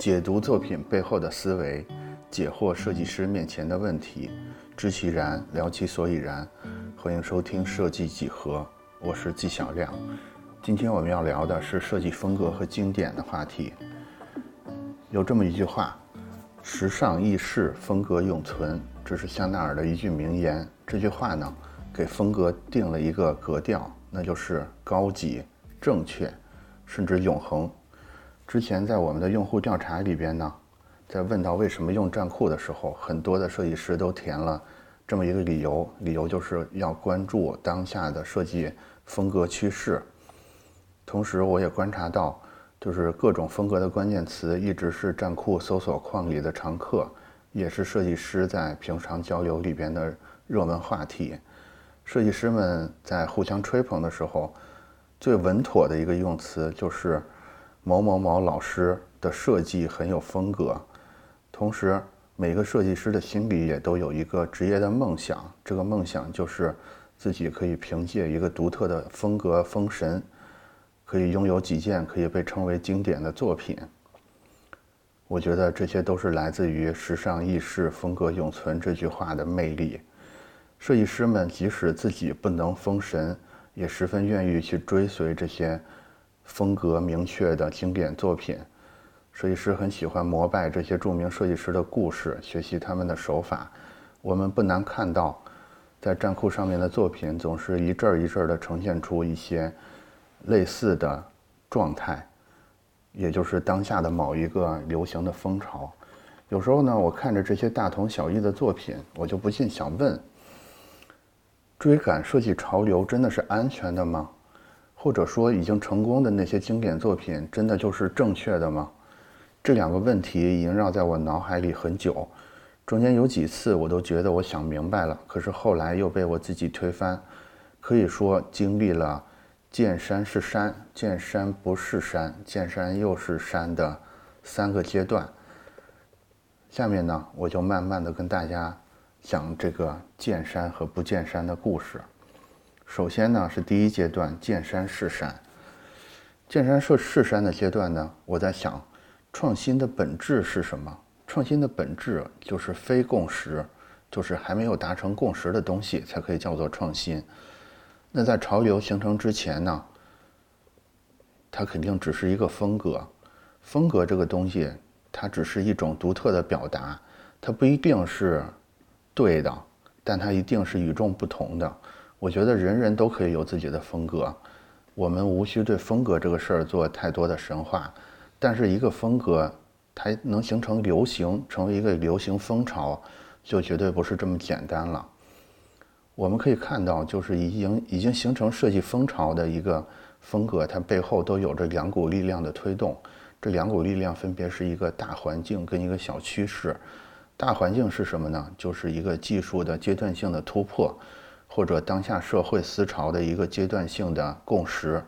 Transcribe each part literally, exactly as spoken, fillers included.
解读作品背后的思维，解惑设计师面前的问题，知其然，聊其所以然。欢迎收听设计几何，我是纪晓亮。今天我们要聊的是设计风格和经典的话题。有这么一句话，时尚易逝，风格永存，这是香奈儿的一句名言。这句话呢，给风格定了一个格调，那就是高级、正确，甚至永恒。之前在我们的用户调查里边呢，在问到为什么用站酷的时候，很多的设计师都填了这么一个理由，理由就是要关注当下的设计风格趋势。同时我也观察到，就是各种风格的关键词一直是站酷搜索框里的常客，也是设计师在平常交流里边的热门话题。设计师们在互相吹捧的时候，最稳妥的一个用词就是某某某老师的设计很有风格。同时每个设计师的心里也都有一个职业的梦想，这个梦想就是自己可以凭借一个独特的风格风神，可以拥有几件可以被称为经典的作品。我觉得这些都是来自于时尚易逝，风格永存这句话的魅力。设计师们即使自己不能封神，也十分愿意去追随这些风格明确的经典作品。设计师很喜欢膜拜这些著名设计师的故事，学习他们的手法。我们不难看到，在站酷上面的作品总是一阵一阵的呈现出一些类似的状态，也就是当下的某一个流行的风潮。有时候呢，我看着这些大同小异的作品，我就不禁想问，追赶设计潮流真的是安全的吗？或者说已经成功的那些经典作品真的就是正确的吗？这两个问题萦绕在我脑海里很久，中间有几次我都觉得我想明白了，可是后来又被我自己推翻。可以说经历了见山是山，见山不是山，见山又是山的三个阶段。下面呢，我就慢慢的跟大家讲这个见山和不见山的故事。首先呢，是第一阶段，见山是山。见山是山的阶段呢，我在想，创新的本质是什么？创新的本质就是非共识，就是还没有达成共识的东西才可以叫做创新。那在潮流形成之前呢，它肯定只是一个风格。风格这个东西，它只是一种独特的表达，它不一定是对的，但它一定是与众不同的。我觉得人人都可以有自己的风格，我们无需对风格这个事儿做太多的神话。但是一个风格它能形成流行，成为一个流行风潮，就绝对不是这么简单了。我们可以看到，就是已经已经形成设计风潮的一个风格，它背后都有着两股力量的推动。这两股力量分别是一个大环境跟一个小趋势。大环境是什么呢？就是一个技术的阶段性的突破，或者当下社会思潮的一个阶段性的共识。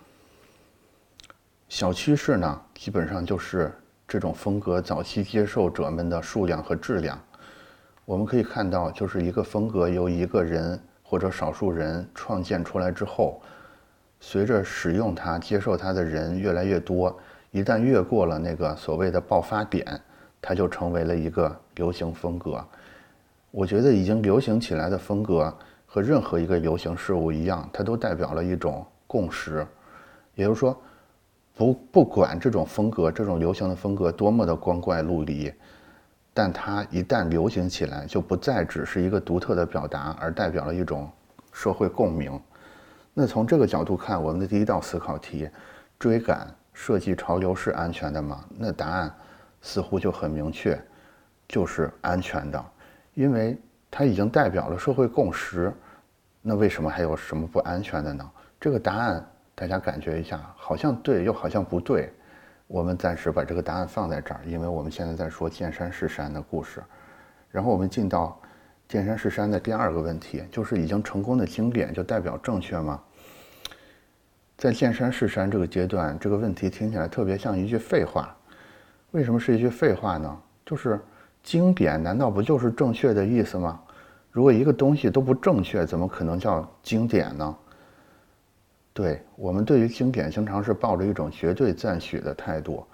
小趋势呢，基本上就是这种风格早期接受者们的数量和质量。我们可以看到，就是一个风格由一个人或者少数人创建出来之后，随着使用它、接受它的人越来越多，一旦越过了那个所谓的爆发点，它就成为了一个流行风格。我觉得已经流行起来的风格和任何一个流行事物一样，它都代表了一种共识。也就是说，不不管这种风格、这种流行的风格多么的光怪陆离，但它一旦流行起来，就不再只是一个独特的表达，而代表了一种社会共鸣。那从这个角度看，我们的第一道思考题，追赶设计潮流是安全的吗？那答案似乎就很明确，就是安全的，因为它已经代表了社会共识。那为什么还有什么不安全的呢？这个答案大家感觉一下，好像对又好像不对。我们暂时把这个答案放在这儿，因为我们现在在说见山是山的故事。然后我们进到见山是山的第二个问题，就是已经成功的经典就代表正确吗？在见山是山这个阶段，这个问题听起来特别像一句废话。为什么是一句废话呢？就是经典难道不就是正确的意思吗？如果一个东西都不正确，怎么可能叫经典呢？对，我们对于经典经常是抱着一种绝对赞许的态度，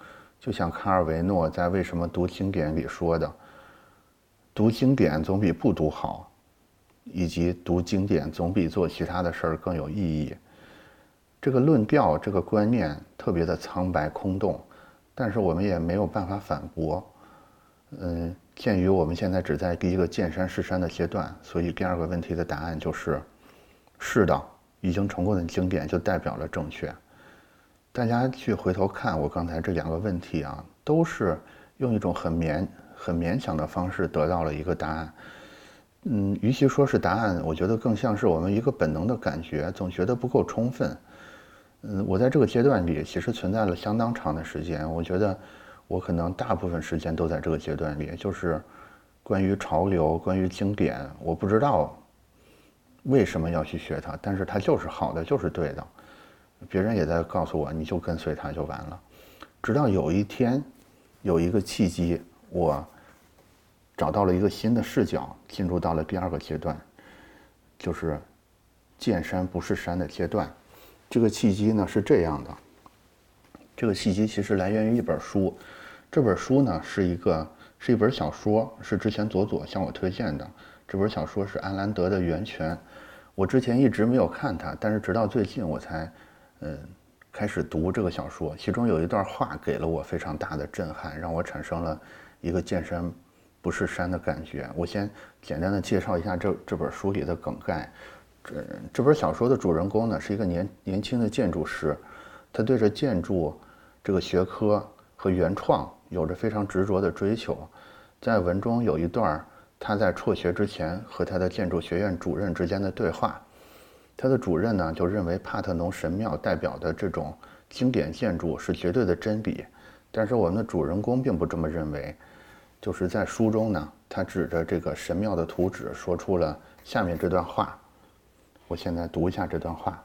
就像卡尔维诺在《为什么读经典》里说的，读经典总比不读好，以及读经典总比做其他的事儿更有意义。这个论调，这个观念特别的苍白空洞，但是我们也没有办法反驳。嗯，鉴于我们现在只在第一个见山是山的阶段，所以第二个问题的答案就是：是的，已经成功的经典就代表了正确。大家去回头看我刚才这两个问题啊，都是用一种很勉很勉强的方式得到了一个答案。嗯，与其说是答案，我觉得更像是我们一个本能的感觉，总觉得不够充分。嗯，我在这个阶段里其实存在了相当长的时间，我觉得我可能大部分时间都在这个阶段里，就是关于潮流，关于经典，我不知道为什么要去学它，但是它就是好的，就是对的。别人也在告诉我，你就跟随它就完了。直到有一天，有一个契机，我找到了一个新的视角，进入到了第二个阶段，就是见山不是山的阶段。这个契机呢是这样的，这个契机其实来源于一本书，这本书呢是一个是一本小说，是之前左左向我推荐的。这本小说是安兰德的《源泉》，我之前一直没有看它，但是直到最近我才嗯开始读这个小说。其中有一段话给了我非常大的震撼，让我产生了一个见山不是山的感觉。我先简单的介绍一下这这本书里的梗概。这这本小说的主人公呢是一个年年轻的建筑师，他对着建筑这个学科和原创有着非常执着的追求。在文中有一段他在辍学之前和他的建筑学院主任之间的对话。他的主任呢就认为帕特农神庙代表的这种经典建筑是绝对的真理，但是我们的主人公并不这么认为。就是在书中呢，他指着这个神庙的图纸说出了下面这段话。我现在读一下这段话。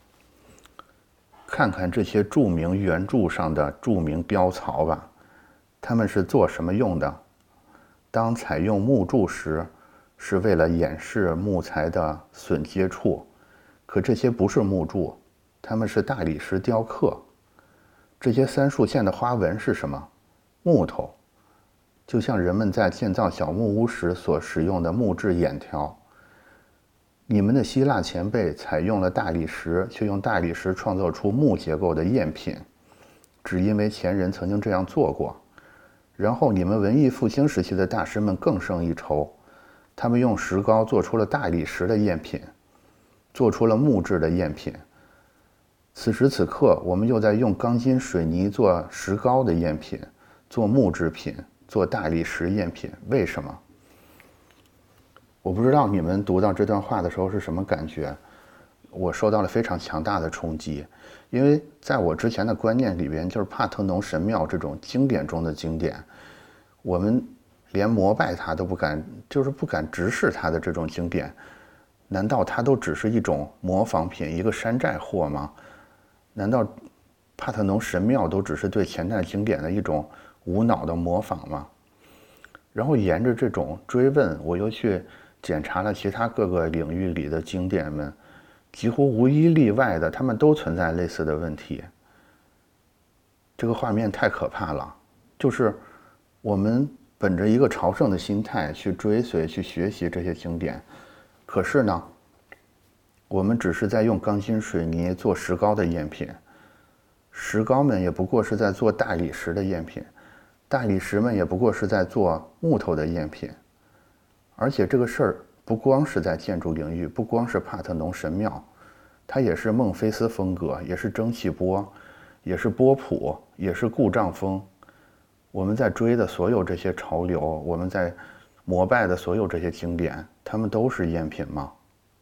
看看这些著名圆柱上的著名雕槽吧，它们是做什么用的？当采用木柱时，是为了掩饰木材的损接处，可这些不是木柱，它们是大理石雕刻。这些三竖线的花纹是什么？木头，就像人们在建造小木屋时所使用的木质眼条。你们的希腊前辈采用了大理石，却用大理石创造出木结构的赝品，只因为前人曾经这样做过。然后你们文艺复兴时期的大师们更胜一筹，他们用石膏做出了大理石的赝品，做出了木质的赝品。此时此刻，我们又在用钢筋水泥做石膏的赝品，做木制品，做大理石赝品。为什么？我不知道你们读到这段话的时候是什么感觉，我受到了非常强大的冲击。因为在我之前的观念里边，就是帕特农神庙这种经典中的经典，我们连膜拜它都不敢，就是不敢直视它的这种经典，难道它都只是一种模仿品，一个山寨货吗？难道帕特农神庙都只是对前代经典的一种无脑的模仿吗？然后沿着这种追问，我又去检查了其他各个领域里的经典们，几乎无一例外的，他们都存在类似的问题。这个画面太可怕了，就是我们本着一个朝圣的心态去追随、去学习这些经典，可是呢，我们只是在用钢筋水泥做石膏的赝品，石膏们也不过是在做大理石的赝品，大理石们也不过是在做木头的赝品。而且这个事儿不光是在建筑领域，不光是帕特农神庙，它也是孟菲斯风格，也是蒸汽波，也是波普，也是故障风。我们在追的所有这些潮流，我们在膜拜的所有这些经典，它们都是赝品吗？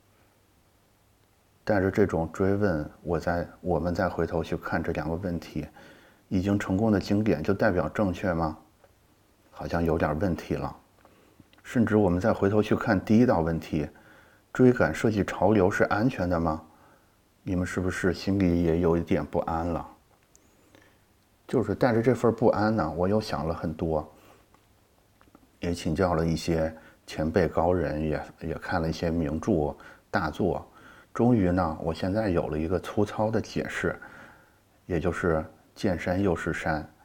带着这种追问，我再我们再回头去看这两个问题，已经成功的经典就代表正确吗？好像有点问题了。甚至我们再回头去看第一道问题，追赶设计潮流是安全的吗？你们是不是心里也有一点不安了？就是带着这份不安呢，我又想了很多，也请教了一些前辈高人，也也看了一些名著大作。终于呢，我现在有了一个粗糙的解释，也就是见山又是山。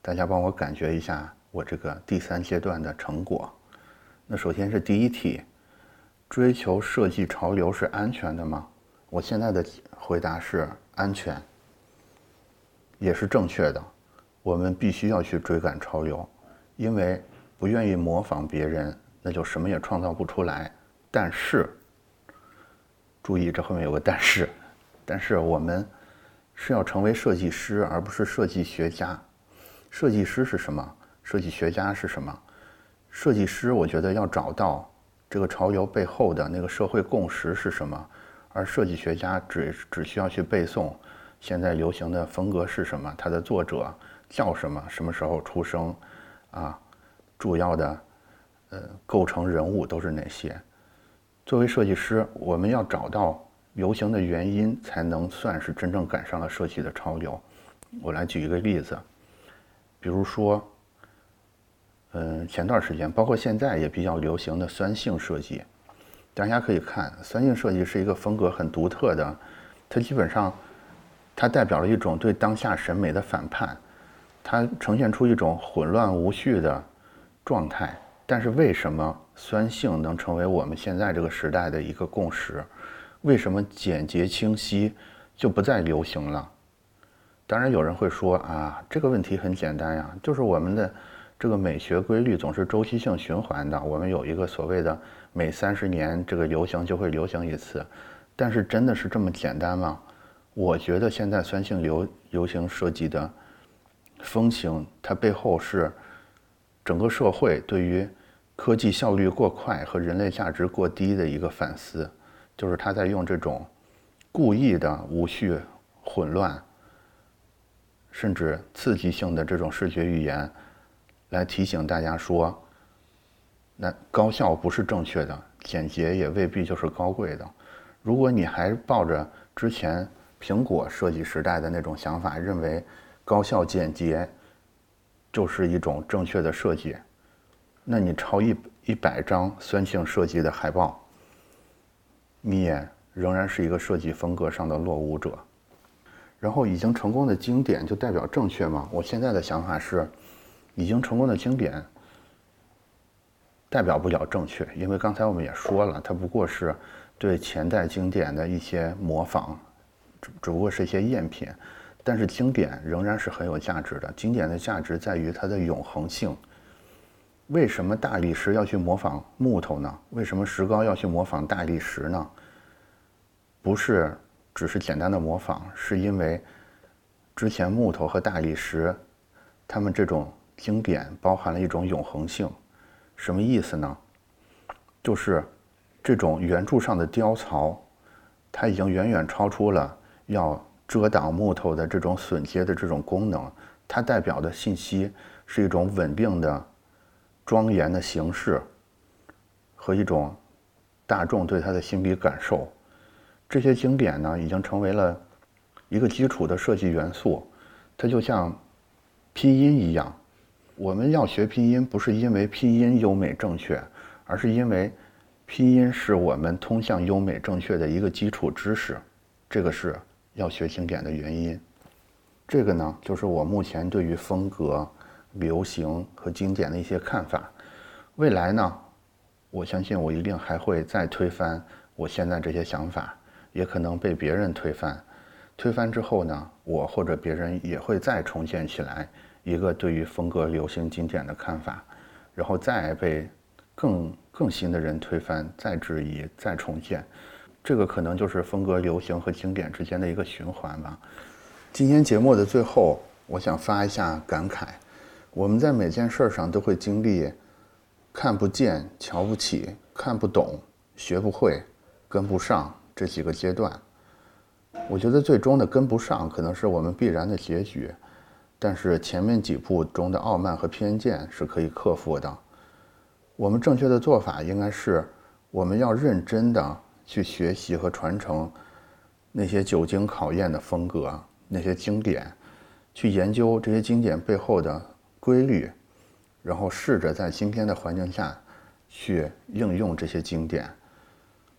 大家帮我感觉一下我这个第三阶段的成果。那首先是第一题，追求设计潮流是安全的吗？我现在的回答是安全，也是正确的。我们必须要去追赶潮流，因为不愿意模仿别人，那就什么也创造不出来。但是，注意这后面有个但是，但是我们是要成为设计师，而不是设计学家。设计师是什么？设计学家是什么？设计师我觉得要找到这个潮流背后的那个社会共识是什么，而设计学家只只需要去背诵现在流行的风格是什么，它的作者叫什么，什么时候出生，啊，主要的呃构成人物都是哪些。作为设计师，我们要找到流行的原因，才能算是真正赶上了设计的潮流。我来举一个例子，比如说，嗯，前段时间，包括现在也比较流行的酸性设计，大家可以看，酸性设计是一个风格很独特的，它基本上，它代表了一种对当下审美的反叛，它呈现出一种混乱无序的状态。但是为什么酸性能成为我们现在这个时代的一个共识？为什么简洁清晰就不再流行了？当然有人会说啊，这个问题很简单呀，就是我们的这个美学规律总是周期性循环的，我们有一个所谓的每三十年这个流行就会流行一次。但是真的是这么简单吗？我觉得现在酸性流流行设计的风行，它背后是整个社会对于科技效率过快和人类价值过低的一个反思，就是他在用这种故意的无序、混乱，甚至刺激性的这种视觉语言，来提醒大家说，那高效不是正确的，简洁也未必就是高贵的。如果你还抱着之前苹果设计时代的那种想法，认为高效简洁就是一种正确的设计，那你抄一一百张酸性设计的海报，你也仍然是一个设计风格上的落伍者。然后已经成功的经典就代表正确吗？我现在的想法是，已经成功的经典代表不了正确，因为刚才我们也说了，它不过是对前代经典的一些模仿，只只不过是一些赝品。但是经典仍然是很有价值的，经典的价值在于它的永恒性。为什么大理石要去模仿木头呢？为什么石膏要去模仿大理石呢？不是只是简单的模仿，是因为之前木头和大理石，它们这种经典包含了一种永恒性。什么意思呢？就是这种原著上的雕槽，它已经远远超出了要遮挡木头的这种榫接的这种功能，它代表的信息是一种稳定的、庄严的形式和一种大众对它的心理感受。这些经典呢，已经成为了一个基础的设计元素，它就像拼音一样。我们要学拼音，不是因为拼音优美正确，而是因为拼音是我们通向优美正确的一个基础知识。这个是要学经典的原因。这个呢，就是我目前对于风格、流行和经典的一些看法。未来呢，我相信我一定还会再推翻我现在这些想法，也可能被别人推翻。推翻之后呢，我或者别人也会再重建起来一个对于风格、流行、经典的看法，然后再被更更新的人推翻，再质疑，再重建。这个可能就是风格、流行和经典之间的一个循环吧。今天节目的最后，我想发一下感慨：我们在每件事上都会经历看不见、瞧不起、看不懂、学不会、跟不上这几个阶段。我觉得最终的跟不上可能是我们必然的结局，但是前面几步中的傲慢和偏见是可以克服的。我们正确的做法应该是，我们要认真的去学习和传承那些久经考验的风格，那些经典，去研究这些经典背后的规律，然后试着在今天的环境下去应用这些经典，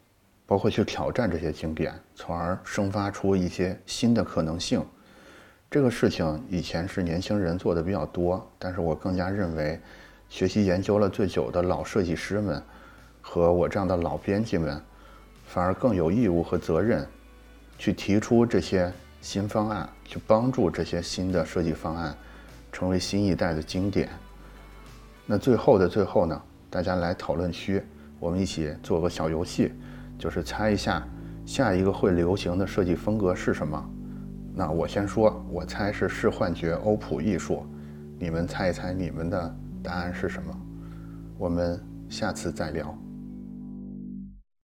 包括去挑战这些经典，从而生发出一些新的可能性。 这个事情以前是年轻人做的比较多，但是我更加认为，学习研究了最久的老设计师们和我这样的老编辑们，反而更有义务和责任去提出这些新方案，去帮助这些新的设计方案成为新一代的经典。那最后的最后呢，大家来讨论区，我们一起做个小游戏，就是猜一下下一个会流行的设计风格是什么。那我先说，我猜是视幻觉欧普艺术，你们猜一猜你们的答案是什么？我们下次再聊。